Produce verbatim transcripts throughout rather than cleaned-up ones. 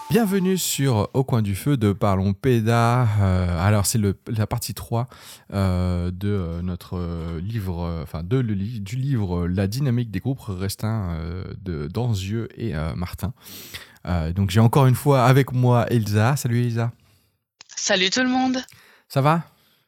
Bienvenue sur Au coin du feu de Parlons Pédas. Euh, alors c'est le, la partie trois euh, de euh, notre euh, livre, euh, enfin de le, du livre La dynamique des groupes restreints euh, de Danzieux et euh, Martin. Euh, donc j'ai encore une fois avec moi Elsa. Salut Elsa. Salut tout le monde. Ça va ?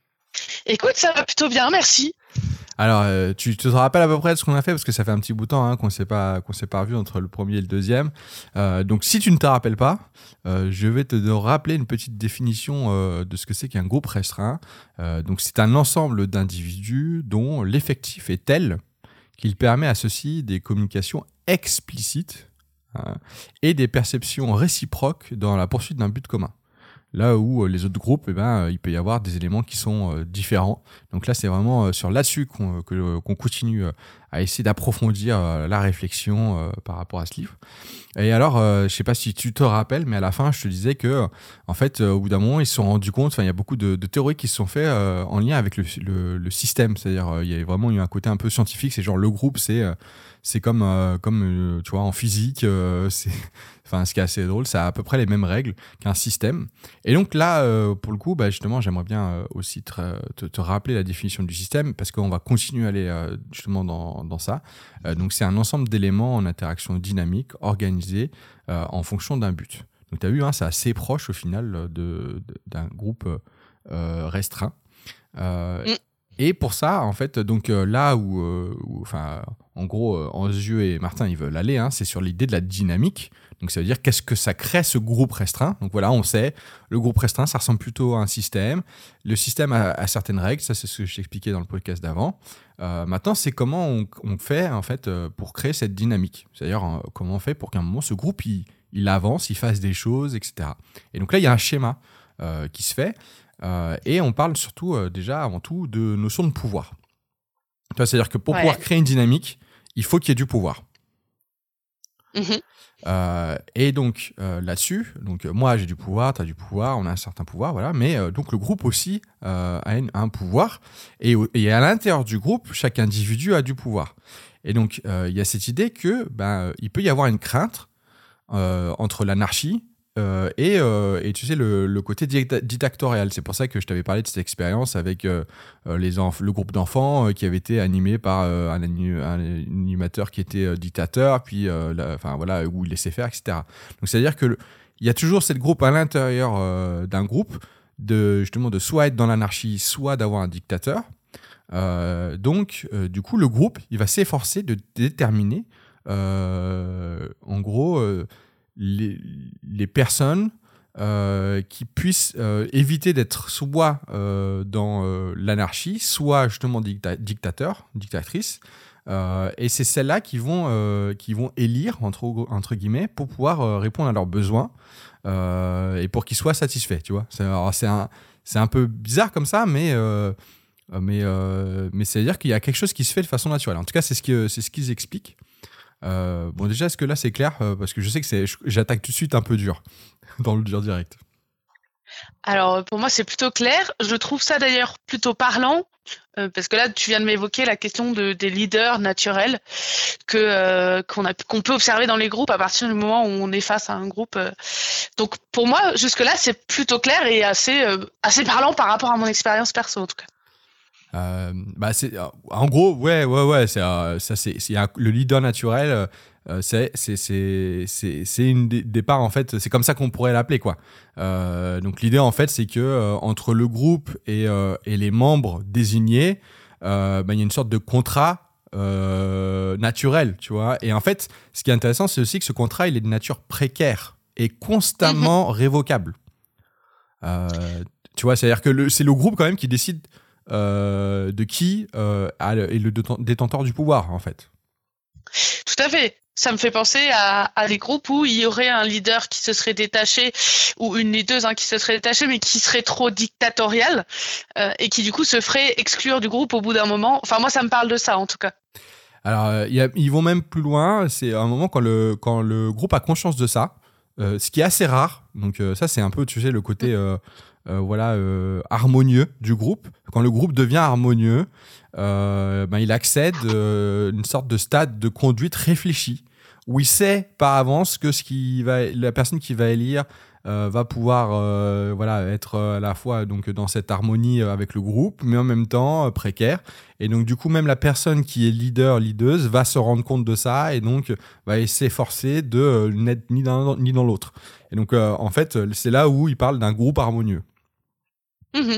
Écoute, ça va plutôt bien, merci. Alors, euh, tu, tu te rappelles à peu près de ce qu'on a fait parce que ça fait un petit bout de temps hein, qu'on ne s'est pas qu'on s'est pas revu entre le premier et le deuxième. Euh, donc, si tu ne te rappelles pas, euh, je vais te de rappeler une petite définition euh, de ce que c'est qu'un groupe restreint. Euh, donc, c'est un ensemble d'individus dont l'effectif est tel qu'il permet à ceux-ci des communications explicites hein, et des perceptions réciproques dans la poursuite d'un but commun. Là où euh, les autres groupes, eh ben, euh, il peut y avoir des éléments qui sont euh, différents. Donc là, c'est vraiment euh, sur là-dessus qu'on, que, euh, qu'on continue euh, à essayer d'approfondir euh, la réflexion euh, par rapport à ce livre. Et alors, euh, je ne sais pas si tu te rappelles, mais à la fin, je te disais que, en fait, euh, au bout d'un moment, ils se sont rendus compte, enfin, il y a beaucoup de, de théories qui se sont faites euh, en lien avec le, le, le système. C'est-à-dire, euh, il y a vraiment eu un côté un peu scientifique. C'est genre le groupe, c'est euh, c'est comme euh, comme euh, tu vois en physique, euh, c'est enfin ce qui est assez drôle, ça a à peu près les mêmes règles qu'un système. Et donc là, euh, pour le coup, bah, justement, j'aimerais bien euh, aussi te, te, te rappeler la définition du système parce qu'on va continuer à aller euh, justement dans, dans ça. Euh, donc c'est un ensemble d'éléments en interaction dynamique, organisés euh, en fonction d'un but. Donc tu as vu, hein, c'est assez proche au final de, de, d'un groupe euh, restreint. Euh, mm. Et pour ça, en fait, donc euh, là où, euh, où, enfin, en gros, euh, Anzieux et Martin, ils veulent aller, hein, c'est sur l'idée de la dynamique. Donc ça veut dire qu'est-ce que ça crée ce groupe restreint. Donc voilà, on sait, le groupe restreint, ça ressemble plutôt à un système. Le système a, a certaines règles, ça c'est ce que je t'expliquais dans le podcast d'avant. Euh, maintenant, c'est comment on, on fait en fait euh, pour créer cette dynamique. C'est-à-dire euh, comment on fait pour qu'à un moment ce groupe il, il avance, il fasse des choses, et cetera. Et donc là, il y a un schéma euh, qui se fait. Euh, et on parle surtout, euh, déjà, avant tout, de notion de pouvoir. C'est-à-dire que pour ouais. pouvoir créer une dynamique, il faut qu'il y ait du pouvoir. Mmh. Euh, et donc, euh, là-dessus, donc, euh, moi, j'ai du pouvoir, tu as du pouvoir, on a un certain pouvoir, voilà. Mais euh, donc, le groupe aussi euh, a, une, a un pouvoir. Et, et à l'intérieur du groupe, chaque individu a du pouvoir. Et donc, il euh, y a cette idée que ben, il peut y avoir une crainte euh, entre l'anarchie Euh, et, euh, et tu sais le, le côté dictatorial, c'est pour ça que je t'avais parlé de cette expérience avec euh, les enf- le groupe d'enfants euh, qui avait été animé par euh, un, anu- un animateur qui était euh, dictateur, puis euh, la, enfin voilà où il laissait faire, et cetera. Donc c'est à dire que il y a toujours cette groupe à l'intérieur euh, d'un groupe de justement de soit être dans l'anarchie, soit d'avoir un dictateur. Euh, donc euh, du coup le groupe il va s'efforcer de déterminer euh, en gros euh, Les, les personnes euh, qui puissent euh, éviter d'être soit euh, dans euh, l'anarchie, soit justement dicta- dictateurs, dictatrices. Euh, et c'est celles-là qui vont, euh, qui vont élire, entre, entre guillemets, pour pouvoir euh, répondre à leurs besoins euh, et pour qu'ils soient satisfaits. Tu vois, c'est, alors c'est, un, c'est un peu bizarre comme ça, mais, euh, mais, euh, mais c'est-à-dire qu'il y a quelque chose qui se fait de façon naturelle. En tout cas, c'est ce, que, c'est ce qu'ils expliquent. Euh, bon déjà est-ce que là c'est clair euh, parce que je sais que c'est, j'attaque tout de suite un peu dur dans le dur direct. Alors pour moi c'est plutôt clair, je trouve ça d'ailleurs plutôt parlant euh, parce que là tu viens de m'évoquer la question de, des leaders naturels que, euh, qu'on, a, qu'on peut observer dans les groupes à partir du moment où on est face à un groupe. Euh. Donc pour moi jusque là c'est plutôt clair et assez, euh, assez parlant par rapport à mon expérience perso en tout cas. Euh, bah c'est, en gros, ouais, ouais, ouais, c'est, euh, ça, c'est, c'est un, le leader naturel, euh, c'est, c'est, c'est, c'est, c'est une des, des parts, en fait, c'est comme ça qu'on pourrait l'appeler, quoi. Euh, donc l'idée, en fait, c'est que euh, entre le groupe et, euh, et les membres désignés, euh, bah, y a une sorte de contrat euh, naturel, tu vois. Et en fait, ce qui est intéressant, c'est aussi que ce contrat, il est de nature précaire et constamment mmh. révocable. Euh, tu vois, c'est-à-dire que le, c'est le groupe, quand même, qui décide Euh, de qui euh, est le détenteur du pouvoir en fait. Tout à fait. Ça me fait penser à, à des groupes où il y aurait un leader qui se serait détaché ou une leaduse hein, qui se serait détachée mais qui serait trop dictatoriale euh, et qui du coup se ferait exclure du groupe au bout d'un moment. Enfin moi ça me parle de ça en tout cas. Alors euh, y a, ils vont même plus loin. C'est à un moment quand le, quand le groupe a conscience de ça, euh, ce qui est assez rare. Donc euh, ça c'est un peu tu sais le côté euh, Euh, voilà, euh, harmonieux du groupe. Quand le groupe devient harmonieux, euh, ben, il accède à euh, une sorte de stade de conduite réfléchie où il sait par avance que ce qui va, la personne qui va élire euh, va pouvoir euh, voilà, être à la fois donc, dans cette harmonie avec le groupe, mais en même temps euh, précaire. Et donc, du coup, même la personne qui est leader, leaduse, va se rendre compte de ça et donc va s'efforcer de euh, n'être ni dans ni dans l'autre. Et donc, euh, en fait, c'est là où il parle d'un groupe harmonieux. Mmh.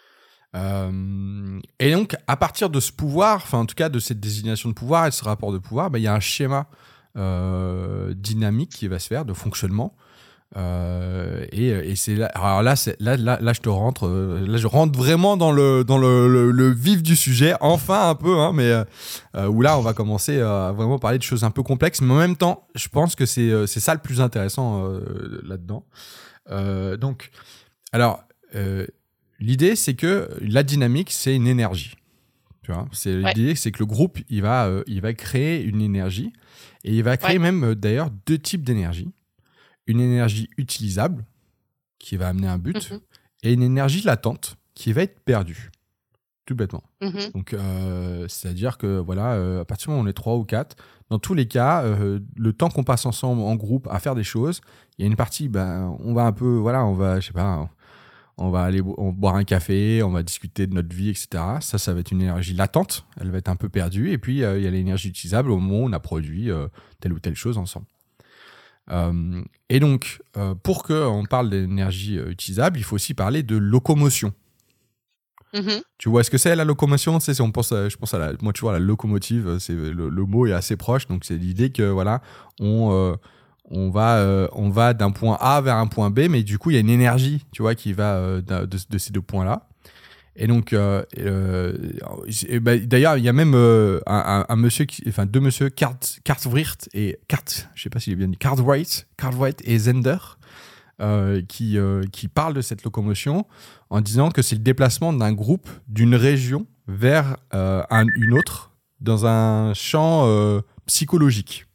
Euh, et donc, à partir de ce pouvoir, enfin, en tout cas, de cette désignation de pouvoir et de ce rapport de pouvoir, bah, il y a un schéma euh, dynamique qui va se faire de fonctionnement. Euh, et, et c'est là, alors là, c'est, là, là, là, je te rentre, euh, là, je rentre vraiment dans le dans le, le, le vif du sujet, enfin un peu, hein, mais euh, où là, on va commencer à vraiment parler de choses un peu complexes, mais en même temps, je pense que c'est c'est ça le plus intéressant euh, là-dedans. Euh, donc, alors. Euh, L'idée, c'est que la dynamique, c'est une énergie. Tu vois, c'est Ouais. l'idée, c'est que le groupe, il va, euh, il va créer une énergie, et il va créer Ouais. même euh, d'ailleurs deux types d'énergie. Une énergie utilisable, qui va amener un but, Mmh. et une énergie latente, qui va être perdue, tout bêtement. Mmh. Donc, euh, c'est-à-dire que voilà, euh, à partir du moment où on est trois ou quatre, dans tous les cas, euh, le temps qu'on passe ensemble en groupe à faire des choses, il y a une partie, ben, on va un peu, voilà, on va, je sais pas. On va aller bo- on va boire un café, on va discuter de notre vie, et cetera. Ça, ça va être une énergie latente. Elle va être un peu perdue. Et puis, euh, il y a l'énergie utilisable au moment où on a produit euh, telle ou telle chose ensemble. Euh, et donc, euh, pour qu'on parle d'énergie euh, utilisable, il faut aussi parler de locomotion. Mmh. Tu vois ce que c'est la locomotion? Tu sais, si on pense à, je pense à la, moi, tu vois, la locomotive, c'est, le, le mot est assez proche. Donc, c'est l'idée que, voilà, on... Euh, On va, euh, on va d'un point A vers un point B, mais du coup, il y a une énergie, tu vois, qui va euh, de, de, de ces deux points-là. Et donc, euh, euh, et bah, d'ailleurs, il y a même euh, un, un, un monsieur, qui, enfin deux monsieur, Cart, Cartwright et Cart, je sais pas s'il est bien dit, Cartwright, Cartwright et Zender, euh, qui, euh, qui parlent de cette locomotion en disant que c'est le déplacement d'un groupe d'une région vers euh, un, une autre dans un champ euh, psychologique.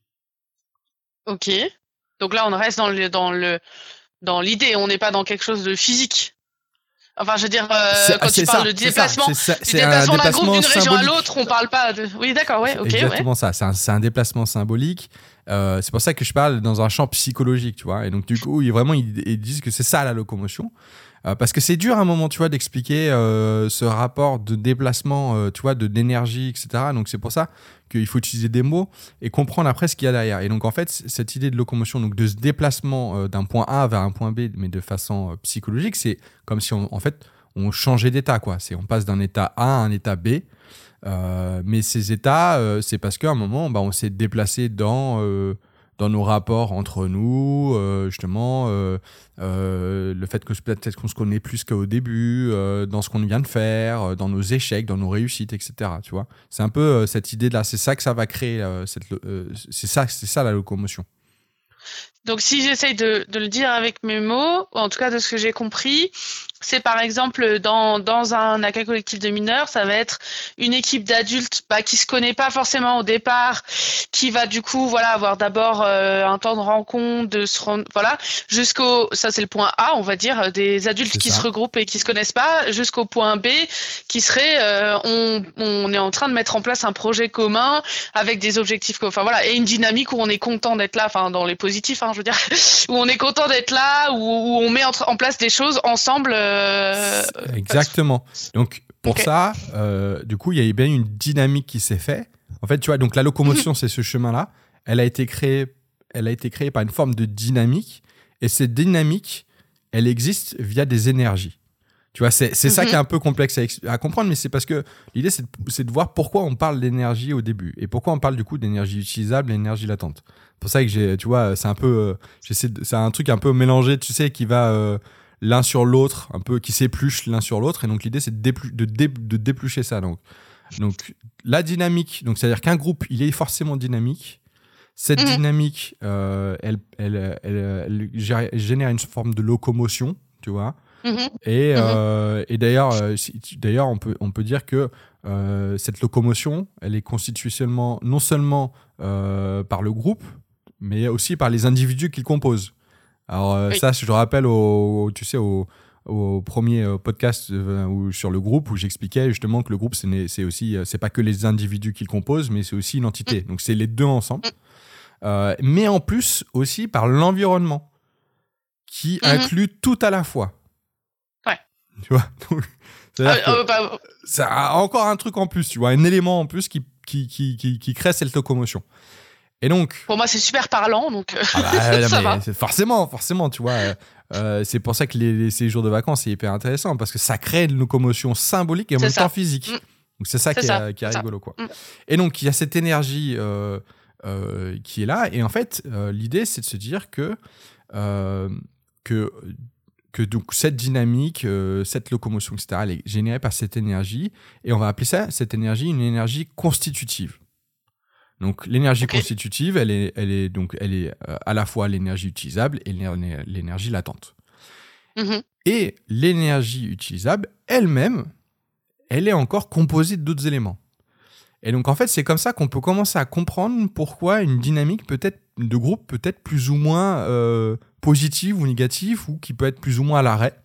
OK. Donc là, on reste dans le dans le dans l'idée, on n'est pas dans quelque chose de physique. Enfin, je veux dire, euh, C'est- quand c'est tu parles ça, de c'est ça, déplacement, c'est ça, du c'est un déplacement d'un groupe déplacement d'une région à symbolique. l'autre, on parle pas de. Oui, d'accord, ouais, ok, C'est ouais. exactement ça, c'est un, c'est un déplacement symbolique. Euh, c'est pour ça que je parle dans un champ psychologique, tu vois. Et donc, du coup, ils, vraiment, ils, ils disent que c'est ça la locomotion. Euh, parce que c'est dur à un moment, tu vois, d'expliquer euh, ce rapport de déplacement, euh, tu vois, de, d'énergie, et cetera. Donc, c'est pour ça qu'il faut utiliser des mots et comprendre après ce qu'il y a derrière. Et donc, en fait, c- cette idée de locomotion, donc de ce déplacement euh, d'un point A vers un point B, mais de façon euh, psychologique, c'est comme si, on, en fait, on changeait d'état, quoi. C'est, on passe d'un état A à un état B. Euh, mais ces états, euh, c'est parce qu'à un moment, bah, on s'est déplacé dans, euh, dans nos rapports entre nous, euh, justement, euh, euh, le fait que peut-être qu'on se connaît plus qu'au début, euh, dans ce qu'on vient de faire, euh, dans nos échecs, dans nos réussites, et cetera. Tu vois, c'est un peu euh, cette idée-là. C'est ça que ça va créer. Euh, cette, euh, c'est ça, c'est ça la locomotion. Donc, si j'essaye de, de le dire avec mes mots, ou en tout cas de ce que j'ai compris, c'est par exemple dans, dans un accueil collectif de mineurs, ça va être une équipe d'adultes bah, qui se connaît pas forcément au départ, qui va du coup voilà avoir d'abord euh, un temps de rencontre, de se rendre, voilà, jusqu'au, ça c'est le point A, on va dire, des adultes C'est qui ça. se regroupent et qui se connaissent pas, jusqu'au point B, qui serait euh, on, on est en train de mettre en place un projet commun avec des objectifs, co- enfin voilà, et une dynamique où on est content d'être là, enfin dans les positifs, hein, je veux dire, où on est content d'être là, où, où on met en, en place des choses ensemble. Euh, Exactement. Donc, pour Ok. ça, euh, du coup, il y a bien une dynamique qui s'est faite. En fait, tu vois, donc la locomotion, c'est ce chemin-là. Elle a été créée, elle a été créée par une forme de dynamique. Et cette dynamique, elle existe via des énergies. Tu vois, c'est, c'est ça Mhm. qui est un peu complexe à, ex- à comprendre, mais c'est parce que l'idée, c'est de, c'est de voir pourquoi on parle d'énergie au début. Et pourquoi on parle du coup d'énergie utilisable et énergie latente. C'est pour ça que j'ai, tu vois, c'est un peu, euh, j'essaie de- c'est un truc un peu mélangé, tu sais, qui va euh, l'un sur l'autre, un peu qui s'épluche l'un sur l'autre. Et donc l'idée, c'est de, déplu- de, dé- de déplucher ça. Donc, donc la dynamique, donc c'est-à-dire qu'un groupe, il est forcément dynamique. Cette Mhm. dynamique, euh, elle, elle, elle, elle gé- génère une forme de locomotion, tu vois. Mhm. Et, Mhm. euh, et d'ailleurs, euh, si- d'ailleurs, on peut, on peut dire que euh, cette locomotion, elle est constituée seulement, non seulement euh, par le groupe, mais aussi par les individus qui le composent. Alors euh, Oui. ça, je le rappelle au, tu sais, au, au premier euh, podcast euh, où, sur le groupe où j'expliquais justement que le groupe, c'est, n'est- c'est aussi, euh, c'est pas que les individus qui le composent, mais c'est aussi une entité. Donc c'est les deux ensemble. euh, mais en plus aussi par l'environnement, qui mm-hmm. inclut tout à la fois. Ouais. Tu vois, donc, c'est-à-dire ah, que euh, bah, c'est encore un truc en plus, tu vois, un élément en plus qui, qui, qui, qui, qui crée cette locomotion. Et donc, pour moi, c'est super parlant, donc ah bah, non, ça mais va. C'est forcément, forcément, tu vois. Euh, c'est pour ça que les, les séjours de vacances, c'est hyper intéressant, parce que ça crée une locomotion symbolique et en c'est même ça. temps physique. Mm. Donc c'est ça c'est qui ça. est, qui est c'est rigolo, quoi. Mm. Et donc, il y a cette énergie euh, euh, qui est là. Et en fait, euh, l'idée, c'est de se dire que, euh, que, que donc, cette dynamique, euh, cette locomotion, et cetera, elle est générée par cette énergie. Et on va appeler ça, cette énergie, une énergie constitutive. Donc l'énergie okay. constitutive, elle est, elle est, donc, elle est euh, à la fois l'énergie utilisable et l'énergie latente. Mmh. Et l'énergie utilisable, elle-même, elle est encore composée d'autres éléments. Et donc en fait, c'est comme ça qu'on peut commencer à comprendre pourquoi une dynamique peut être, de groupe peut être plus ou moins euh, positive ou négative, ou qui peut être plus ou moins à l'arrêt.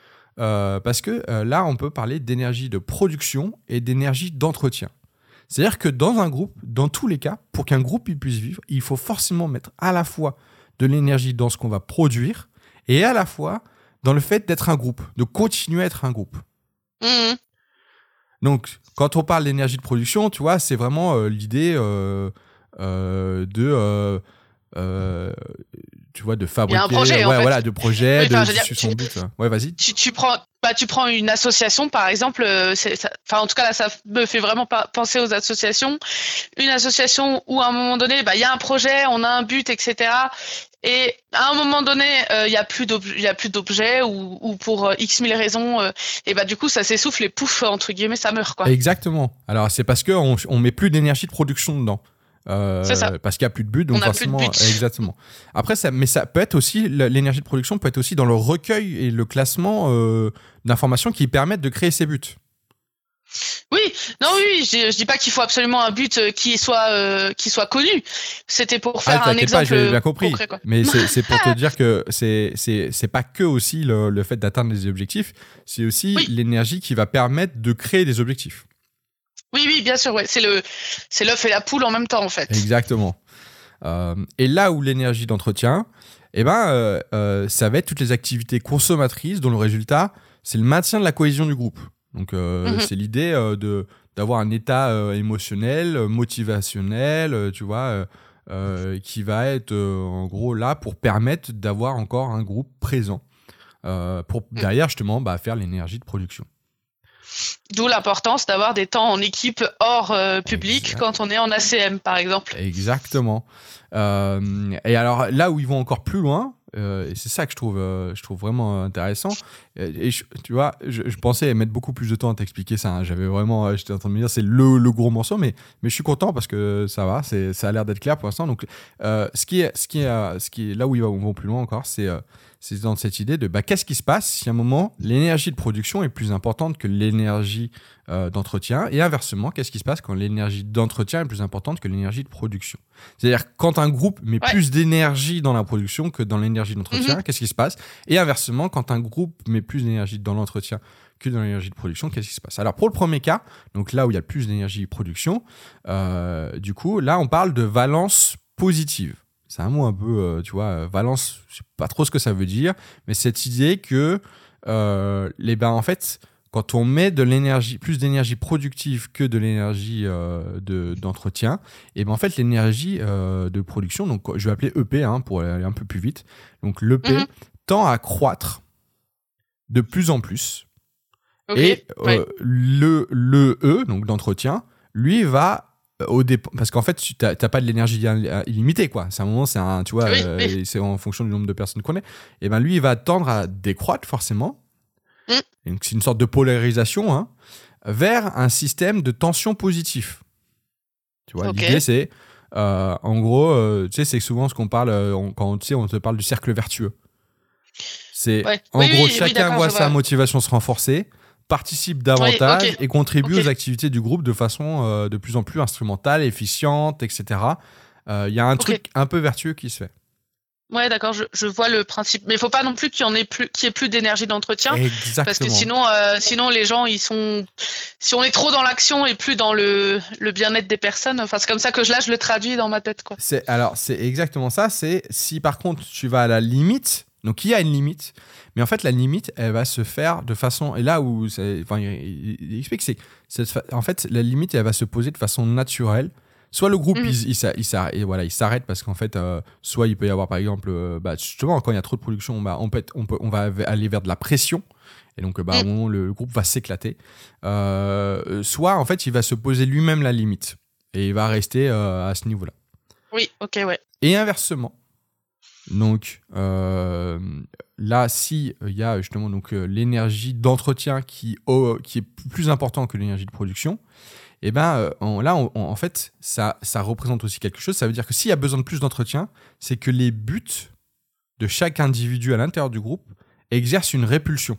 Euh, parce que euh, là, on peut parler d'énergie de production et d'énergie d'entretien. C'est-à-dire que dans un groupe, dans tous les cas, pour qu'un groupe il puisse vivre, il faut forcément mettre à la fois de l'énergie dans ce qu'on va produire et à la fois dans le fait d'être un groupe, de continuer à être un groupe. Mmh. Donc, quand on parle d'énergie de production, tu vois, c'est vraiment euh, l'idée euh, euh, de... Euh, euh, tu vois, de fabriquer, un projet, ouais, en fait. voilà, de projet, oui, de dire, suivre son tu, but. Ouais, vas-y. Tu, tu prends, bah, tu prends une association, par exemple. Enfin, en tout cas, là, ça me fait vraiment penser aux associations. Une association où, à un moment donné, bah, il y a un projet, on a un but, et cetera. Et à un moment donné, il euh, y a plus d'objets, il y a plus d'objets, ou, ou pour euh, X mille raisons, euh, et bah du coup, ça s'essouffle et pouf, entre guillemets, ça meurt, quoi. Exactement. Alors, c'est parce que on, on met plus d'énergie de production dedans. Euh, c'est ça. Parce qu'il n'y a plus de but, donc on forcément. Plus de but. Exactement. Après, ça, mais ça peut être aussi, l'énergie de production peut être aussi dans le recueil et le classement euh, d'informations qui permettent de créer ces buts. Oui, non, oui, je, je dis pas qu'il faut absolument un but qui soit euh, qui soit connu. C'était pour faire ah, un exemple. Pas, j'ai bien compris. Concret, quoi. Mais c'est, c'est pour te dire que c'est c'est c'est pas que aussi le, le fait d'atteindre des objectifs, c'est aussi oui. l'énergie qui va permettre de créer des objectifs. Oui, oui, bien sûr, ouais. C'est le c'est l'œuf et la poule en même temps, en fait. Exactement. Euh, et là où l'énergie d'entretien, eh ben, euh, euh, ça va être toutes les activités consommatrices dont le résultat, c'est le maintien de la cohésion du groupe. Donc, euh, mm-hmm. c'est l'idée euh, de, d'avoir un état euh, émotionnel, euh, motivationnel, euh, tu vois, euh, euh, qui va être euh, en gros là pour permettre d'avoir encore un groupe présent. Euh, pour mm. derrière, justement, bah, faire l'énergie de production. D'où l'importance d'avoir des temps en équipe hors euh, public exact. Quand on est en A C M, par exemple. Exactement. Euh, et alors, là où ils vont encore plus loin, Euh, et c'est ça que je trouve, euh, je trouve vraiment intéressant. Et, et je, tu vois, je, je pensais mettre beaucoup plus de temps à t'expliquer ça. Hein. J'avais vraiment, euh, j'étais en train de me dire, c'est le, le gros morceau, mais, mais je suis content parce que ça va, c'est, ça a l'air d'être clair pour l'instant. Donc, euh, ce qui est, ce qui est, ce qui est là où ils vont plus loin encore, c'est, euh, c'est dans cette idée de, bah, qu'est-ce qui se passe si à un moment l'énergie de production est plus importante que l'énergie euh, d'entretien, et inversement, qu'est-ce qui se passe quand l'énergie d'entretien est plus importante que l'énergie de production. C'est-à-dire quand un groupe met ouais. plus d'énergie dans la production que dans l'énergie d'entretien, mm-hmm. qu'est-ce qui se passe? Et inversement, quand un groupe met plus d'énergie dans l'entretien que dans l'énergie de production, qu'est-ce qui se passe? Alors pour le premier cas, donc là où il y a plus d'énergie de production, euh, du coup, là on parle de valence positive. C'est un mot un peu, euh, tu vois, valence, je sais pas trop ce que ça veut dire, mais cette idée que, euh, les, ben, en fait, quand on met de l'énergie, plus d'énergie productive que de l'énergie euh, de, d'entretien, et ben en fait l'énergie euh, de production, donc je vais appeler E P hein, pour aller un peu plus vite, donc l'E P mm-hmm. tend à croître de plus en plus, okay. et euh, ouais. le, le E, donc d'entretien, lui va au dép- parce qu'en fait tu n'as pas de l'énergie illimitée, quoi. C'est un moment, c'est un, tu vois, oui, euh, oui. c'est en fonction du nombre de personnes qu'on est, et ben lui il va tendre à décroître forcément. Mm. Donc, c'est une sorte de polarisation hein, vers un système de tension positif. Tu vois, okay. l'idée c'est, euh, en gros, euh, tu sais, c'est souvent ce qu'on parle euh, on, quand tu sais, on te parle du cercle vertueux. C'est ouais. en oui, gros, oui, chacun oui, voit sa vois. motivation se renforcer, participe davantage oui, okay. et contribue okay. aux activités du groupe de façon euh, de plus en plus instrumentale, efficiente, et cetera. Il euh, y a un okay. truc un peu vertueux qui se fait. Ouais, d'accord, je, je vois le principe. Mais il faut pas non plus qu'il y en ait plus, qu'il y ait plus d'énergie d'entretien. Exactement. Parce que sinon, euh, sinon les gens, ils sont, si on est trop dans l'action et plus dans le, le bien-être des personnes, enfin, c'est comme ça que je, là, je le traduis dans ma tête, quoi. C'est, alors, c'est exactement ça. C'est si par contre tu vas à la limite, donc il y a une limite, mais en fait, la limite, elle va se faire de façon. Et là où. Enfin, il, il, il explique, c'est. c'est en fait, la limite, elle va se poser de façon naturelle. Soit le groupe, mmh. il, il, il, s'arrête, et voilà, il s'arrête parce qu'en fait, euh, soit il peut y avoir, par exemple, euh, bah, justement, quand il y a trop de production, bah, on, peut, on, peut, on va aller vers de la pression. Et donc, bah, mmh. au moment, le, le groupe va s'éclater. Euh, soit, en fait, il va se poser lui-même la limite. Et il va rester euh, à ce niveau-là. Oui, ok, ouais. Et inversement, donc euh, là, si il y a justement donc, euh, l'énergie d'entretien qui, oh, qui est plus importante que l'énergie de production, et eh ben on, là, on, on, en fait, ça, ça représente aussi quelque chose. Ça veut dire que s'il y a besoin de plus d'entretien, c'est que les buts de chaque individu à l'intérieur du groupe exercent une répulsion.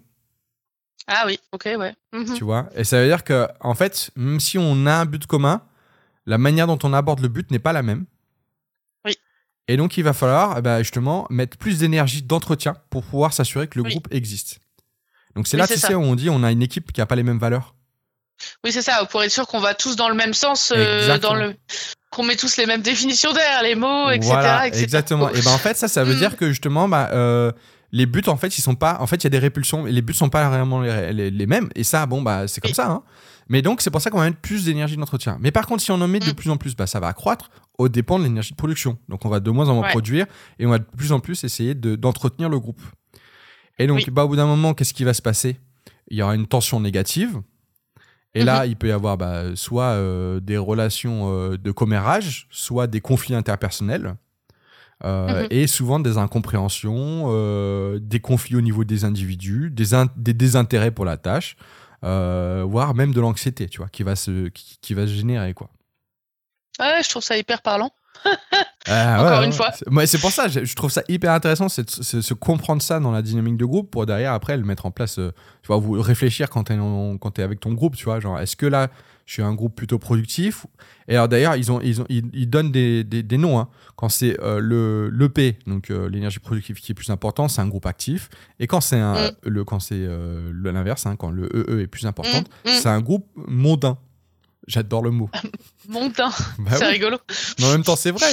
Ah oui, ok, ouais. Mm-hmm. Tu vois ? Et ça veut dire que, en fait, même si on a un but commun, la manière dont on aborde le but n'est pas la même. Oui. Et donc, il va falloir bah, justement mettre plus d'énergie d'entretien pour pouvoir s'assurer que le oui. groupe existe. Donc, c'est oui, là, c'est tu ça. sais, où on dit on a une équipe qui n'a pas les mêmes valeurs. Oui, c'est ça, pour être sûr qu'on va tous dans le même sens, euh, dans le... qu'on met tous les mêmes définitions derrière les mots, et cetera. Voilà, et cetera. Exactement. Et ben en fait, ça, ça veut mm. dire que justement, bah, euh, les buts, en fait, ils sont pas. En fait, il y a des répulsions, et les buts sont pas vraiment les, les, les mêmes. Et ça, bon, bah, c'est comme oui. ça. Hein. Mais donc, c'est pour ça qu'on va mettre plus d'énergie d'entretien. Mais par contre, si on en met mm. de plus en plus, bah, ça va accroître au dépend de l'énergie de production. Donc, on va de moins en moins ouais. produire, et on va de plus en plus essayer de, d'entretenir le groupe. Et donc, oui. bah, au bout d'un moment, qu'est-ce qui va se passer ? Il y aura une tension négative. Et mmh. là, il peut y avoir bah, soit euh, des relations euh, de commérage, soit des conflits interpersonnels, euh, mmh. et souvent des incompréhensions, euh, des conflits au niveau des individus, des, in- des désintérêts pour la tâche, euh, voire même de l'anxiété, tu vois, qui va se, qui, qui va se générer, quoi. Ouais, je trouve ça hyper parlant. Ah, Encore ouais, une ouais. fois. C'est, ouais, c'est pour ça, je, je trouve ça hyper intéressant, c'est de se, se comprendre ça dans la dynamique de groupe pour derrière, après, le mettre en place, euh, tu vois, vous réfléchir quand t'es, en, quand t'es avec ton groupe, tu vois, genre, est-ce que là, je suis un groupe plutôt productif ? Et alors d'ailleurs, ils, ont, ils, ont, ils, ils donnent des, des, des noms, hein. Quand c'est euh, le, l'E P, donc euh, l'énergie productive qui est plus important, c'est un groupe actif, et quand c'est, un, mm. le, quand c'est euh, l'inverse, hein, quand le E E est plus important, mm. c'est un groupe mondain. J'adore le mot. Mondain, bah c'est oui. rigolo. Mais en même temps, c'est vrai.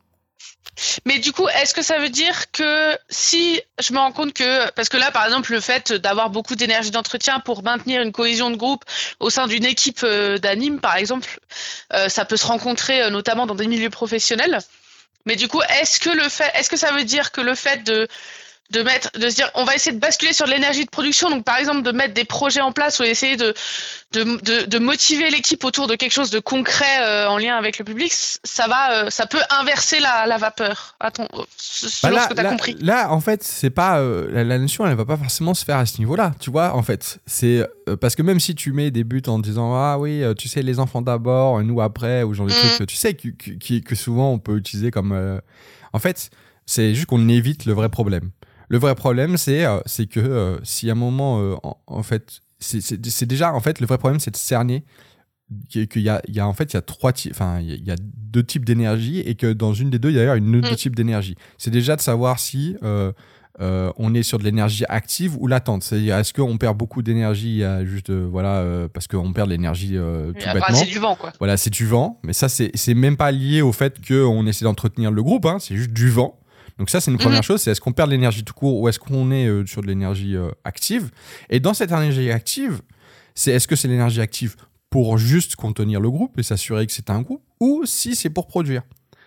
Mais du coup, est-ce que ça veut dire que si je me rends compte que, parce que là, par exemple, le fait d'avoir beaucoup d'énergie d'entretien pour maintenir une cohésion de groupe au sein d'une équipe d'anime, par exemple, euh, ça peut se rencontrer euh, notamment dans des milieux professionnels. Mais du coup, est-ce que le fait, est-ce que ça veut dire que le fait de de mettre, de se dire, on va essayer de basculer sur de l'énergie de production, donc par exemple de mettre des projets en place ou essayer de de de, de motiver l'équipe autour de quelque chose de concret euh, en lien avec le public, ça va, euh, ça peut inverser la, la vapeur. Attends, selon bah là, ce que t'as là, compris. Là, en fait, c'est pas euh, la, la notion, elle va pas forcément se faire à ce niveau-là, tu vois. En fait, c'est euh, parce que même si tu mets des buts en disant ah oui, euh, tu sais les enfants d'abord, nous après, ou genre des mmh. trucs, tu sais que, que, que souvent on peut utiliser comme, euh... en fait, c'est juste qu'on évite le vrai problème. Le vrai problème, c'est, euh, c'est que euh, si à un moment, euh, en, en fait, c'est, c'est, c'est déjà, en fait, le vrai problème, c'est de cerner qu'il y a, il y a en fait, il y a trois types, enfin, il y a deux types d'énergie et que dans une des deux, il y a d'ailleurs une autre mmh. type d'énergie. C'est déjà de savoir si euh, euh, on est sur de l'énergie active ou latente. C'est-à-dire, est-ce qu'on perd beaucoup d'énergie à juste, euh, voilà, euh, parce qu'on perd de l'énergie euh, tout bêtement. Ah, c'est du vent, quoi. Voilà, c'est du vent, mais ça, c'est, c'est même pas lié au fait qu'on essaie d'entretenir le groupe, hein, c'est juste du vent. Donc ça, c'est une première mmh. chose, c'est est-ce qu'on perd de l'énergie tout court ou est-ce qu'on est euh, sur de l'énergie euh, active ? Et dans cette énergie active, c'est est-ce que c'est l'énergie active pour juste contenir le groupe et s'assurer que c'est un groupe ou si c'est pour produire ?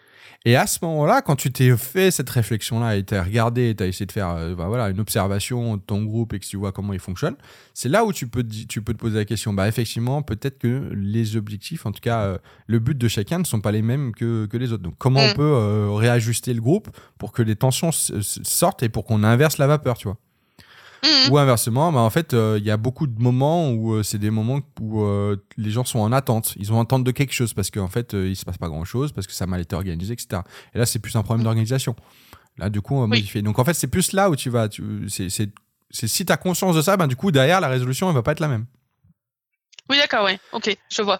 Et à ce moment-là, quand tu t'es fait cette réflexion-là et tu as regardé et tu as essayé de faire euh, bah voilà, une observation de ton groupe et que tu vois comment il fonctionne, c'est là où tu peux, tu peux te poser la question. Bah, effectivement, peut-être que les objectifs, en tout cas, euh, le but de chacun ne sont pas les mêmes que, que les autres. Donc, comment mmh. on peut euh, réajuster le groupe pour que les tensions s- s- sortent et pour qu'on inverse la vapeur, tu vois ? Mmh. Ou inversement, bah en fait, il euh, y a beaucoup de moments où euh, c'est des moments où euh, les gens sont en attente. Ils ont en attente de quelque chose parce qu'en fait, euh, il se passe pas grand-chose, parce que ça a mal été organisé, et cetera. Et là, c'est plus un problème mmh. d'organisation. Là, du coup, on va oui. modifier. Donc, en fait, c'est plus là où tu vas... Tu, c'est, c'est, c'est, si tu as conscience de ça, bah, du coup, derrière, la résolution, elle va pas être la même. Oui, d'accord, ouais. Ok, je vois.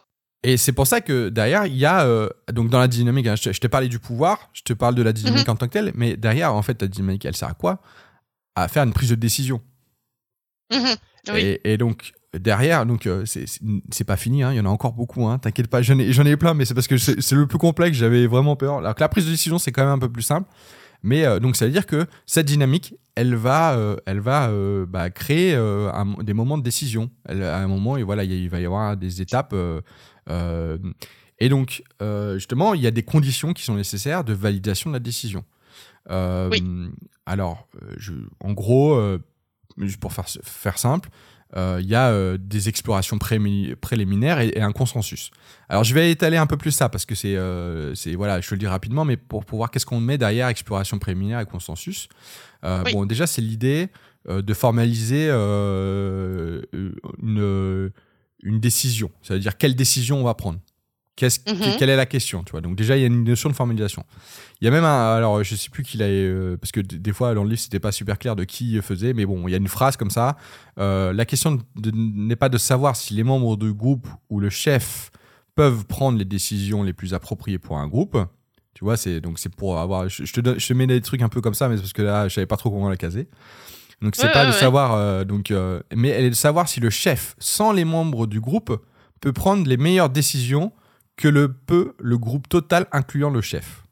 Et c'est pour ça que derrière, il y a, euh, donc dans la dynamique, hein, je, te, je t'ai parlé du pouvoir, je te parle de la dynamique Mhm. en tant que telle, mais derrière, en fait, la dynamique, elle sert à quoi? À faire une prise de décision. Mhm. Oui. Et, et donc, derrière, donc, euh, c'est, c'est, c'est pas fini, hein, il y en a encore beaucoup, hein, t'inquiète pas, j'en ai, j'en ai plein, mais c'est parce que c'est, c'est le plus complexe, j'avais vraiment peur. Alors que la prise de décision, c'est quand même un peu plus simple. Mais euh, donc, ça veut dire que cette dynamique, elle va, euh, elle va euh, bah, créer euh, un- des moments de décision. Elle, à un moment, et voilà, il, y a- il va y avoir des étapes. euh, euh, et donc, euh, justement, il y a des conditions qui sont nécessaires de validation de la décision. Euh, Oui. Alors, euh, je, en gros, euh, juste pour faire, faire simple, euh, il y a euh, des explorations prémi- préliminaires et, et un consensus. Alors, je vais étaler un peu plus ça parce que c'est, euh, c'est voilà, je te le dis rapidement, mais pour, pour voir qu'est-ce qu'on met derrière exploration préliminaire et consensus. Euh, Oui. Bon, déjà, c'est l'idée euh, de formaliser euh, une, une décision. Ça veut dire quelle décision on va prendre. Qu'est-ce, Mhm. quelle est la question, tu vois. Donc déjà, il y a une notion de formalisation. Il y a même un, alors je sais plus qui l'a, euh, parce que d- des fois dans le livre c'était pas super clair de qui faisait, mais bon, il y a une phrase comme ça. Euh, la question de- n'est pas de savoir si les membres du groupe ou le chef peuvent prendre les décisions les plus appropriées pour un groupe. Tu vois, c'est donc c'est pour avoir. Je, je te donne, je te mets des trucs un peu comme ça, mais c'est parce que là, je savais pas trop comment la caser. Donc c'est Ouais, pas ouais, de ouais. savoir, euh, donc, euh, mais elle est de savoir si le chef, sans les membres du groupe, peut prendre les meilleures décisions que le peut le groupe total, incluant le chef.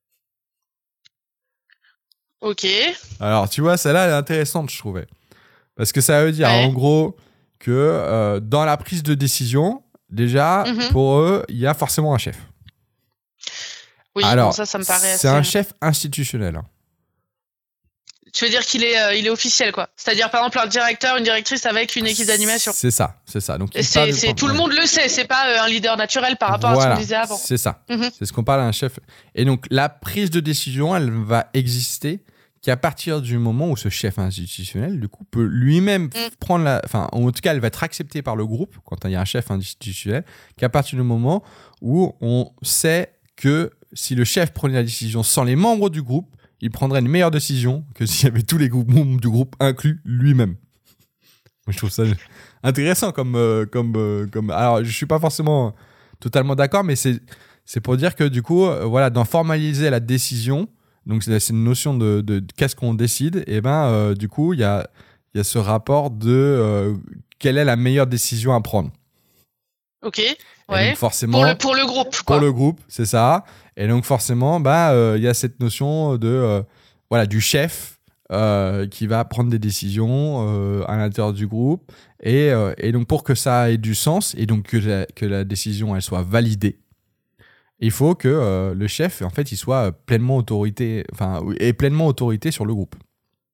Ok. Alors, tu vois, celle-là, elle est intéressante, je trouvais. Parce que ça veut dire, Ouais. en gros, que euh, dans la prise de décision, déjà, Mhm. pour eux, il y a forcément un chef. Oui, bon, Alors, ça, ça me paraît c'est assez. un chef institutionnel. hein. Tu veux dire qu'il est, euh, il est officiel, quoi. C'est-à-dire, par exemple, un directeur, une directrice avec une équipe d'animation. C'est ça, c'est ça. Donc, Et il parle C'est, de c'est, tout le ouais. monde le sait, c'est pas euh, un leader naturel par rapport à ce qu'on Voilà, disait avant. c'est ça. Mhm. C'est ce qu'on parle à un chef. Et donc, la prise de décision, elle va exister qu'à partir du moment où ce chef institutionnel, du coup, peut lui-même Mm. prendre la... Enfin, en tout cas, elle va être acceptée par le groupe, quand il y a un chef institutionnel, qu'à partir du moment où on sait que si le chef prenait la décision sans les membres du groupe, il prendrait une meilleure décision que s'il y avait tous les groupes- membres du groupe inclus lui-même. Moi, je trouve ça intéressant comme, euh, comme, euh, comme. Alors, je suis pas forcément totalement d'accord, mais c'est c'est pour dire que du coup, euh, voilà, dans formaliser la décision, donc c'est, c'est une notion de, de, de qu'est-ce qu'on décide, et ben euh, du coup, il y a il y a ce rapport de euh, quelle est la meilleure décision à prendre. Ok. Et Ouais. donc forcément, Pour le, pour le groupe, pour quoi. le groupe, c'est ça. Et donc forcément, bah, euh, il y a cette notion de euh, voilà du chef euh, qui va prendre des décisions euh, à l'intérieur du groupe. Et, euh, et donc pour que ça ait du sens et donc que la, que la décision elle soit validée, il faut que euh, le chef en fait il soit pleinement autorité, enfin ait pleinement autorité sur le groupe.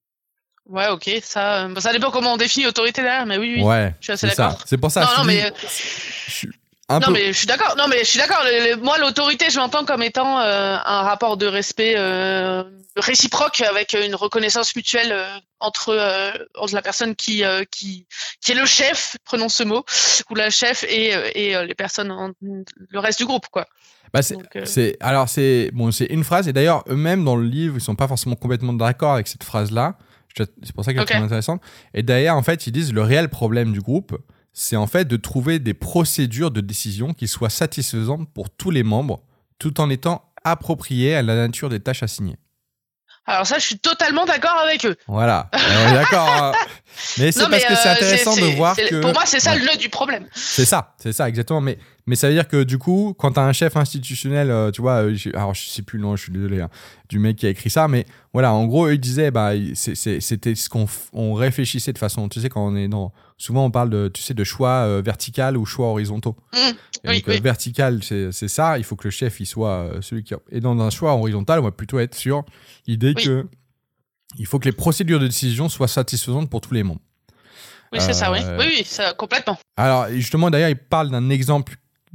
Ouais, ok. Ça, euh, bah, ça dépend comment on définit autorité derrière, mais oui, oui. Ouais, Je suis assez c'est ça. d'accord. C'est pour ça Non, que je non, te mais, dis, je suis un non, peu. mais je suis d'accord. Non, mais je suis d'accord. Le- le- moi, l'autorité, je l'entends comme étant euh, un rapport de respect euh, réciproque avec une reconnaissance mutuelle euh, entre, euh, entre la personne qui, euh, qui, qui est le chef, prenons ce mot, ou la chef et, euh, et euh, les personnes, en- le reste du groupe, quoi. Bah c'est, Donc, euh, c'est, alors c'est, bon, c'est une phrase, et d'ailleurs, eux-mêmes, dans le livre, ils sont pas forcément complètement d'accord avec cette phrase-là. Je- C'est pour ça qu'elle est ok. très intéressante. Et d'ailleurs, en fait, ils disent le réel problème du groupe, c'est en fait de trouver des procédures de décision qui soient satisfaisantes pour tous les membres, tout en étant appropriées à la nature des tâches assignées. Alors ça, je suis totalement d'accord avec eux. Voilà, on est d'accord. hein. Mais c'est Non, parce mais que c'est euh, intéressant c'est- de c'est- voir c'est- que... pour moi, c'est ça Ouais. le nœud du problème. C'est ça, c'est ça, exactement. Mais, mais ça veut dire que du coup, quand tu as un chef institutionnel, euh, tu vois, euh, j'ai- alors je sais plus le nom, je suis désolé, hein, du mec qui a écrit ça, mais voilà, en gros, il disait, bah, il- c'est- c'est- c'était ce qu'on f- on réfléchissait de façon, tu sais, quand on est dans. Souvent, on parle de, tu sais, de choix euh, vertical ou choix horizontaux. Mmh. Et Oui, donc, euh, oui. vertical, c'est c'est ça, il faut que le chef, il soit euh, celui qui. Et dans un choix horizontal, on va plutôt être sur l'idée Oui. que il faut que les procédures de décision soient satisfaisantes pour tous les membres. Oui, c'est ça, oui. Euh, Oui, oui, ça, complètement. Alors, justement, d'ailleurs, il parle d'un exemple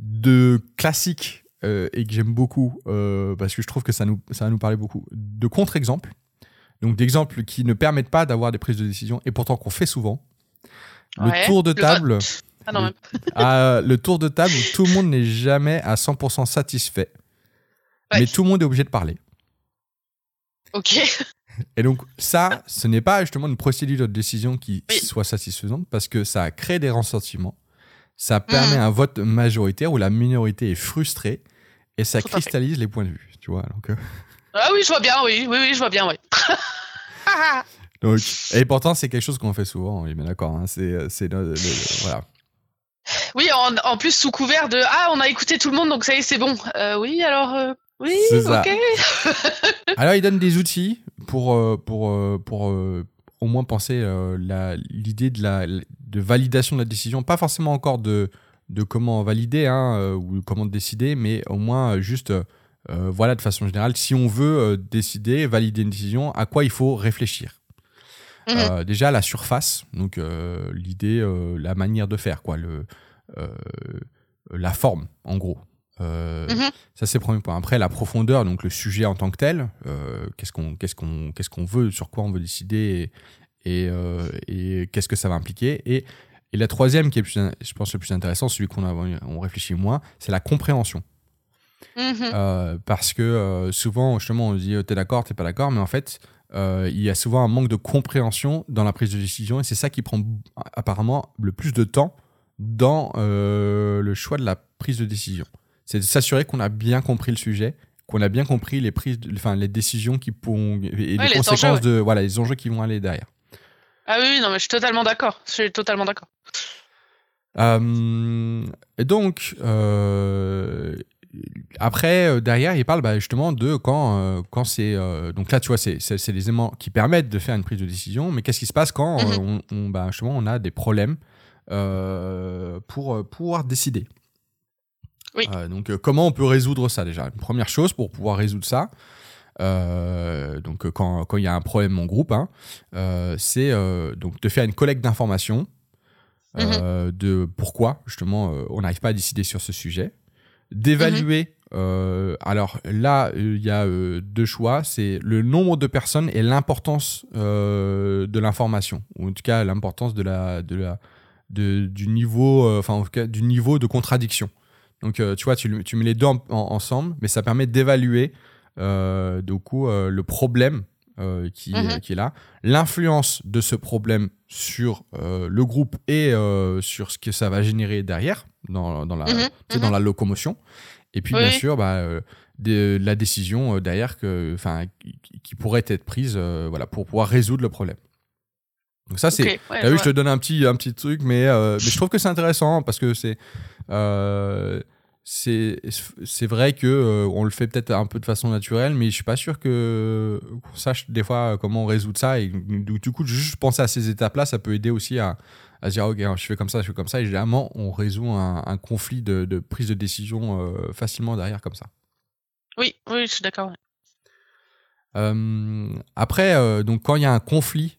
de classique euh, et que j'aime beaucoup euh, parce que je trouve que ça, nous, ça va nous parler beaucoup. De contre-exemples, donc d'exemples qui ne permettent pas d'avoir des prises de décision et pourtant qu'on fait souvent. Le Ouais. tour de Le table, vote. Ah non, le, même. ah, le tour de table où tout le monde n'est jamais à cent pour cent satisfait, Ouais. mais tout le monde est obligé de parler. Ok. Et donc ça, ce n'est pas justement une procédure de décision qui Oui. soit satisfaisante parce que ça crée des ressentiments, ça permet Mhm. un vote majoritaire où la minorité est frustrée et ça Tout à fait. cristallise les points de vue, tu vois. Donc, euh, Ah oui, je vois bien, oui, oui, oui, je vois bien, oui. donc, et pourtant, c'est quelque chose qu'on fait souvent, on est bien d'accord. Hein, c'est, c'est le, le- le- voilà. Oui, en, en plus sous couvert de ah, on a écouté tout le monde, donc ça y est, c'est bon. Euh, oui, alors euh, oui, C'est ça. ok. Alors, il donne des outils pour, euh, pour, euh, pour euh, au moins penser euh, la, l'idée de, la, de validation de la décision. Pas forcément encore de, de comment valider hein, euh, ou comment décider, mais au moins euh, juste, euh, voilà, de façon générale, si on veut euh, décider, valider une décision, à quoi il faut réfléchir. Mhm, Euh, déjà, la surface, donc euh, l'idée, euh, la manière de faire, quoi, le, euh, la forme, en gros. Euh, mhm. Ça, c'est le premier point. Après, la profondeur, donc le sujet en tant que tel, euh, qu'est-ce qu'on qu'est-ce qu'on, qu'est-ce qu'on veut, sur quoi on veut décider et, et, euh, et qu'est-ce que ça va impliquer. Et, et la troisième, qui est, plus, je pense, le plus intéressant, celui qu'on a, on réfléchit moins, c'est la compréhension. Mhm. Euh, parce que euh, souvent, justement, on dit t'es d'accord, t'es pas d'accord, mais en fait, euh, il y a souvent un manque de compréhension dans la prise de décision et c'est ça qui prend apparemment le plus de temps dans euh, le choix de la prise de décision. C'est de s'assurer qu'on a bien compris le sujet, qu'on a bien compris les prises, de, enfin les décisions qui pourront et Ouais, les les enjeux, conséquences ouais. de voilà les enjeux qui vont aller derrière. Ah oui, oui, non, mais je suis totalement d'accord. Je suis totalement d'accord. Euh, et donc, euh, après, euh, derrière, il parle bah, justement de quand, euh, quand c'est. Euh, donc là, tu vois, c'est, c'est, c'est les éléments qui permettent de faire une prise de décision, mais qu'est-ce qui se passe quand euh, Mhm. on, on, bah, justement, on a des problèmes euh, pour euh, pouvoir décider. Oui. Euh, donc, euh, comment on peut résoudre ça déjà? Une première chose pour pouvoir résoudre ça, euh, donc euh, quand quand il y a un problème en groupe, hein, euh, c'est euh, donc de faire une collecte d'informations. Mhm. Euh, de pourquoi justement euh, on n'arrive pas à décider sur ce sujet, Mhm. d'évaluer. Euh, alors là, il y a euh, deux choix, c'est le nombre de personnes et l'importance euh, de l'information, ou en tout cas l'importance de la, de la, de, du niveau, euh, enfin en tout cas du niveau de contradiction. Donc euh, tu vois, tu, tu mets les deux en- en- ensemble, mais ça permet d'évaluer euh, du coup euh, le problème euh, qui, euh, Mhm. qui est là, l'influence de ce problème sur euh, le groupe et euh, sur ce que ça va générer derrière dans, dans, la, Mhm. tu sais, dans Mhm. la locomotion. Et puis, Oui, bien oui. sûr, bah, euh, de, la décision euh, derrière que, qui, qui pourrait être prise euh, voilà, pour pouvoir résoudre le problème. Donc ça, c'est... Ok, ouais, T'as je vu, je te vois. donne un petit, un petit truc, mais, euh, mais je trouve que c'est intéressant parce que c'est... Euh, c'est, c'est vrai que euh, on le fait peut-être un peu de façon naturelle, mais je suis pas sûr que qu'on sache des fois comment résoudre ça. Et du, du coup, juste penser à ces étapes-là, ça peut aider aussi à, à se dire ok, je fais comme ça, je fais comme ça. Et généralement, on résout un, un conflit de, de prise de décision euh, facilement derrière comme ça. Oui, oui, je suis d'accord. Ouais. Euh, après, euh, donc quand il y a un conflit,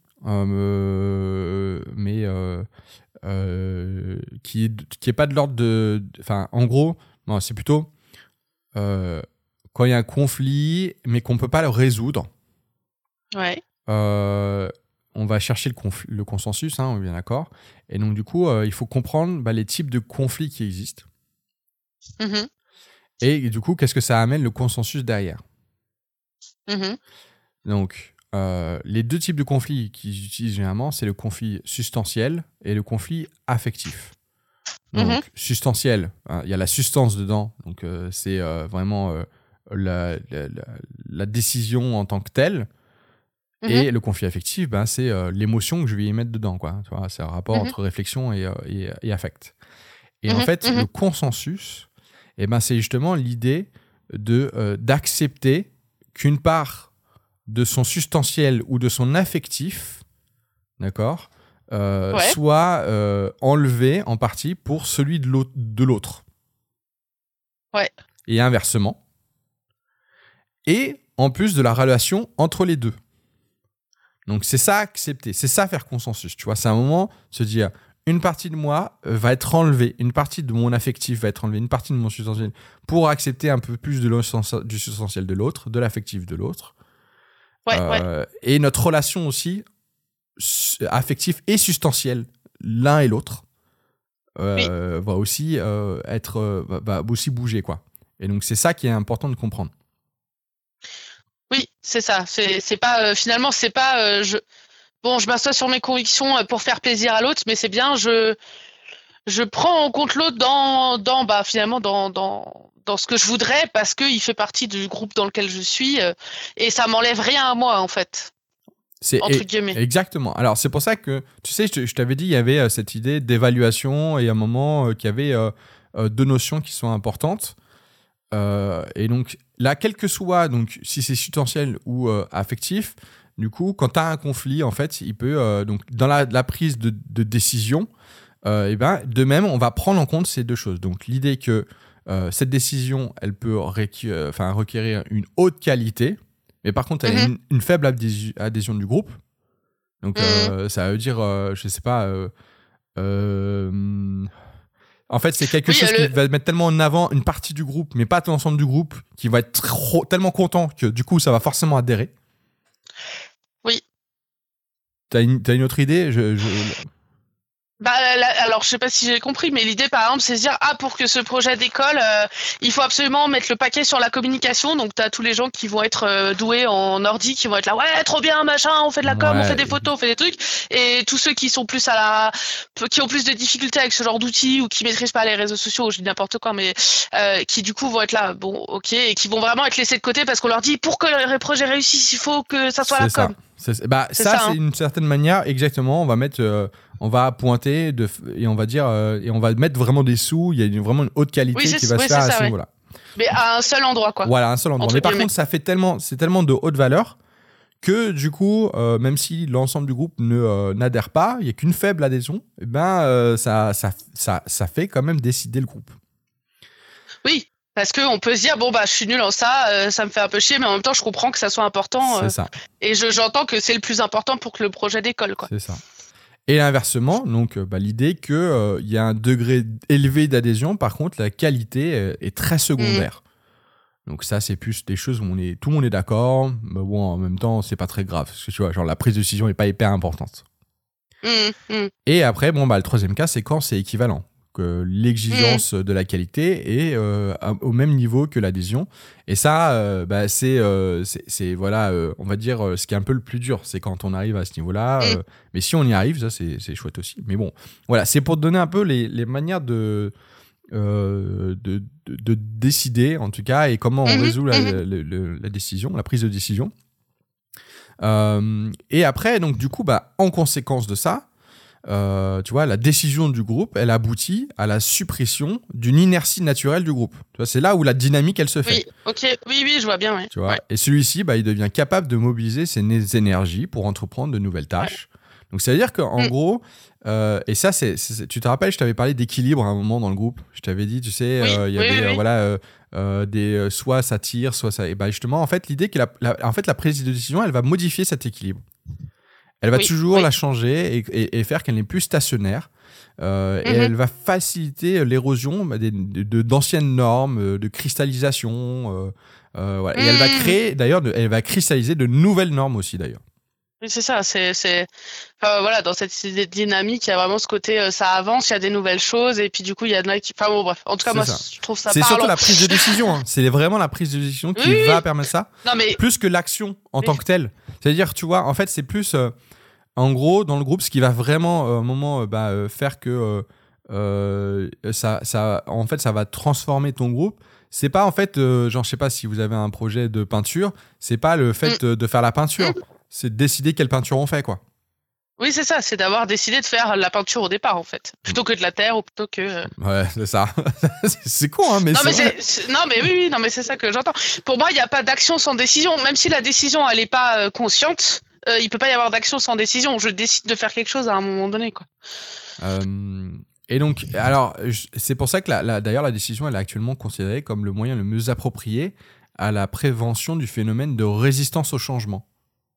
euh, mais euh, euh, qui est qui est pas de l'ordre de, enfin, en gros, non, c'est plutôt euh, quand il y a un conflit, mais qu'on peut pas le résoudre. Ouais. Euh, on va chercher le, confl- le consensus, hein, on est bien d'accord. Et donc du coup, euh, il faut comprendre bah, les types de conflits qui existent. Mhm. Et du coup, qu'est-ce que ça amène le consensus derrière. Mhm. Donc, euh, les deux types de conflits qu'ils utilisent généralement, c'est le conflit substantiel et le conflit affectif. Mhm. Donc, substantiel, hein, il y a la substance dedans, donc euh, c'est euh, vraiment euh, la, la, la, la décision en tant que telle. Mhm. Et le conflit affectif, ben, c'est euh, l'émotion que je vais y mettre dedans, quoi. Tu vois, c'est un rapport Mhm. entre réflexion et, euh, et, et affect. Et en Mhm. fait, le Mhm. consensus, eh ben, c'est justement l'idée de, euh, d'accepter qu'une part de son substantiel ou de son affectif, d'accord, euh, Ouais. soit euh, enlevé en partie pour celui de l'autre, de l'autre. Ouais. Et inversement. Et en plus de la relation entre les deux. Donc c'est ça accepter, c'est ça faire consensus, tu vois. C'est un moment se dire une partie de moi va être enlevée, une partie de mon affectif va être enlevée, une partie de mon substantiel pour accepter un peu plus de du substantiel de l'autre, de l'affectif de l'autre. Ouais. Ouais. Euh, et notre relation aussi affective et substantielle l'un et l'autre Oui. euh, va aussi euh, être euh, va, va aussi bouger quoi. Et donc c'est ça qui est important de comprendre. Oui, c'est ça. C'est c'est pas euh, finalement c'est pas euh, je bon je m'assois sur mes convictions euh, pour faire plaisir à l'autre, mais c'est bien je je prends en compte l'autre dans, dans, bah, finalement, dans, dans, dans ce que je voudrais parce qu'il fait partie du groupe dans lequel je suis euh, et ça m'enlève rien à moi, en fait. C'est entre et, guillemets. Exactement. Alors, c'est pour ça que, tu sais, je, je t'avais dit, il y avait euh, cette idée d'évaluation et à un moment, euh, qu'il y avait euh, euh, deux notions qui sont importantes. Euh, et donc, là, quel que soit, donc, si c'est substantiel ou euh, affectif, du coup, quand tu as un conflit, en fait, il peut, euh, donc, dans la, la prise de, de décision, euh, et ben, de même, on va prendre en compte ces deux choses. Donc, l'idée que euh, cette décision, elle peut requ- euh, enfin, requérir une haute qualité, mais par contre, elle a Mhm. une, une faible adhésion, adhésion du groupe. Donc, Mhm. euh, ça veut dire, euh, je sais pas, euh, euh, en fait, c'est quelque Oui, chose euh, qui le... va mettre tellement en avant une partie du groupe, mais pas tout l'ensemble du groupe, qui va être trop, tellement content que du coup, ça va forcément adhérer. Oui. T'as une, t'as une autre idée je, je... Bah, là, alors, je sais pas si j'ai compris, mais l'idée, par exemple, c'est de dire, ah, pour que ce projet d'école, euh, il faut absolument mettre le paquet sur la communication. Donc, t'as tous les gens qui vont être euh, doués en ordi, qui vont être là, ouais, trop bien, machin, on fait de la com, on fait Ouais, des photos, on fait des trucs. Et tous ceux qui sont plus à la, qui ont plus de difficultés avec ce genre d'outils ou qui maîtrisent pas les réseaux sociaux, je dis n'importe quoi, mais euh, qui du coup vont être là, bon, ok, et qui vont vraiment être laissés de côté parce qu'on leur dit, pour que le projet réussisse, il faut que ça soit c'est la ça. com. C'est, bah, C'est ça, ça, c'est hein. une certaine manière, exactement. On va mettre, euh, on va pointer de, et on va dire, euh, et on va mettre vraiment des sous. Il y a une, vraiment une haute Oui, qualité c'est qui va ouais, se faire c'est à ça, ce ouais. niveau-là. Mais à un seul endroit, quoi. Voilà, un seul endroit. Entre Mais par guillemets. contre, ça fait tellement, c'est tellement de haute valeur que du coup, euh, même si l'ensemble du groupe ne euh, n'adhère pas, il n'y a qu'une faible adhésion, et ben euh, ça, ça, ça, ça fait quand même décider le groupe. Oui, parce qu'on peut se dire, bon, bah, je suis nul en ça, euh, ça me fait un peu chier, mais en même temps, je comprends que ça soit important. C'est euh, ça, et je, j'entends que c'est le plus important pour que le projet décolle, quoi. c'est ça. Et inversement, donc euh, bah, l'idée qu'il euh, y a un degré élevé d'adhésion, par contre, la qualité euh, est très secondaire. Donc ça, c'est plus des choses où on est, tout le monde est d'accord, mais bon, en même temps, c'est pas très grave, parce que tu vois, genre la prise de décision n'est pas hyper importante. Mmh, mmh, Et après, bon, bah, le troisième cas, c'est quand c'est équivalent. Que l'exigence mmh. de la qualité est euh, au même niveau que l'adhésion. Et ça, euh, bah, c'est, euh, c'est, c'est, voilà, euh, on va dire, euh, ce qui est un peu le plus dur, c'est quand on arrive à ce niveau-là. Mmh. Euh, mais si on y arrive, ça, c'est, c'est chouette aussi. Mais bon, voilà, c'est pour te donner un peu les, les manières de, euh, de, de, de décider, en tout cas, et comment on Mmh, résout la, mmh. la, la, la décision, la prise de décision. Euh, et après, donc, du coup, bah, en conséquence de ça, Euh, tu vois, la décision du groupe, elle aboutit à la suppression d'une inertie naturelle du groupe. Tu vois, c'est là où la dynamique, elle se fait. Oui, ok, oui, oui, je vois bien, ouais. Tu vois, Ouais. et celui-ci, bah, il devient capable de mobiliser ses né- énergies pour entreprendre de nouvelles tâches. Ouais. Donc, ça veut dire qu'en Mm. gros, euh, et ça, c'est, c'est, tu te rappelles, je t'avais parlé d'équilibre à un moment dans le groupe. Je t'avais dit, tu sais, Oui, euh, il y oui, avait, oui, euh, oui. voilà, euh, euh, des, euh, soit ça tire, soit ça. Et bah, justement, en fait, l'idée que la, la, en fait, la prise de décision, elle va modifier cet équilibre. Elle va Oui, toujours oui. la changer et, et, et faire qu'elle n'est plus stationnaire. Euh, Mhm. Et elle va faciliter l'érosion des, de, d'anciennes normes, de cristallisation. Euh, euh, voilà. Et elle va Mhm. créer, d'ailleurs, de- elle va cristalliser de nouvelles normes aussi, d'ailleurs. Oui, c'est ça, c'est, c'est... Enfin, voilà, dans cette idée de dynamique, il y a vraiment ce côté, euh, ça avance, il y a des nouvelles choses, et puis du coup, il y en a qui... Enfin bon, bref, en tout cas, C'est moi, ça. je trouve ça C'est parlant. surtout la prise de décision. Hein. C'est vraiment la prise de décision qui Oui, va oui. permettre ça, Non, mais... plus que l'action en Oui. tant que telle. C'est-à-dire, tu vois, en fait, c'est plus... euh, en gros, dans le groupe, ce qui va vraiment, euh, à un moment, euh, bah, euh, faire que euh, euh, ça, ça, en fait, ça va transformer ton groupe. C'est pas en fait, euh, genre, je sais pas si vous avez un projet de peinture, c'est pas le fait Mm. euh, de faire la peinture, Mm. c'est de décider quelle peinture on fait, quoi. Oui, c'est ça, c'est d'avoir décidé de faire la peinture au départ, en fait. Plutôt que de la terre, ou plutôt que... euh, Ouais, c'est ça. c'est, c'est con, hein, mais Non c'est mais vrai. c'est, c'est- non mais oui, oui non mais c'est ça que j'entends. Pour moi, il n'y a pas d'action sans décision. Même si la décision elle est pas euh, consciente, euh, il peut pas y avoir d'action sans décision. Je décide de faire quelque chose à un moment donné, quoi. Euh, et donc, alors, je- c'est pour ça que la, la- d'ailleurs la décision, elle est actuellement considérée comme le moyen le mieux approprié à la prévention du phénomène de résistance au changement.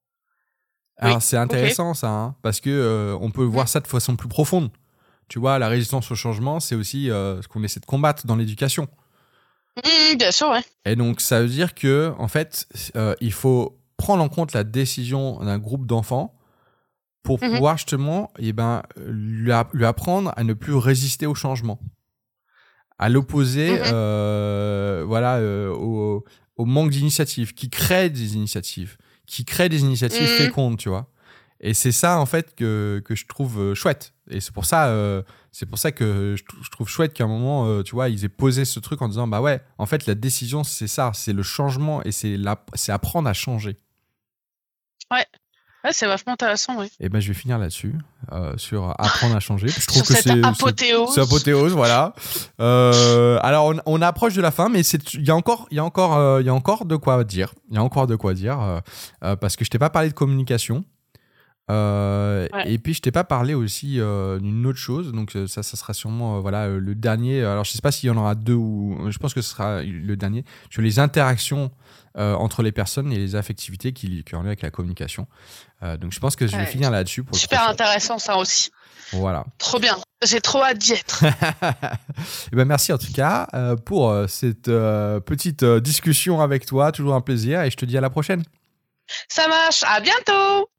Alors Oui, c'est ok. intéressant ça, hein, parce que euh, on peut voir ça de façon plus profonde. Tu vois, la résistance au changement, c'est aussi euh, ce qu'on essaie de combattre dans l'éducation. Mmh, bien sûr, ouais. Et donc ça veut dire que en fait, euh, il faut prendre en compte la décision d'un groupe d'enfants pour Mhm. pouvoir justement, eh ben, lui, a- lui apprendre à ne plus résister au changement, à l'opposer, Mhm. euh, voilà, euh, au, au manque d'initiative, qui crée des initiatives, qui crée des initiatives Mhm. fécondes, tu vois. Et c'est ça, en fait, que, que je trouve euh, chouette. Et c'est pour ça, euh, c'est pour ça que je, je trouve chouette qu'à un moment, euh, tu vois, ils aient posé ce truc en disant, bah ouais, en fait, la décision, c'est ça, c'est le changement et c'est, la, c'est apprendre à changer. Ouais. Ouais, c'est vachement intéressant, oui. Et ben, je vais finir là-dessus, euh, sur apprendre à changer. Je trouve Sur que cette c'est, apothéose. c'est, c'est apothéose, voilà. Euh, alors, on, on approche de la fin, mais c'est, il y a encore, il y a encore, euh, il y a encore de quoi dire. Il y a encore de quoi dire, euh, euh, parce que je t'ai pas parlé de communication. Euh, Ouais. Et puis je t'ai pas parlé aussi euh, d'une autre chose, donc euh, ça, ça sera sûrement euh, voilà euh, le dernier. Alors je sais pas s'il y en aura deux ou je pense que ce sera le dernier sur les interactions euh, entre les personnes et les affectivités qui, qui ont lieu avec la communication. Euh, donc je pense que je vais Ouais. finir là-dessus pour le Super prochain. intéressant ça aussi. Voilà. Trop bien. J'ai trop hâte d'y être. Et ben merci en tout cas euh, pour euh, cette euh, petite euh, discussion avec toi, toujours un plaisir et je te dis à la prochaine. Ça marche. À bientôt.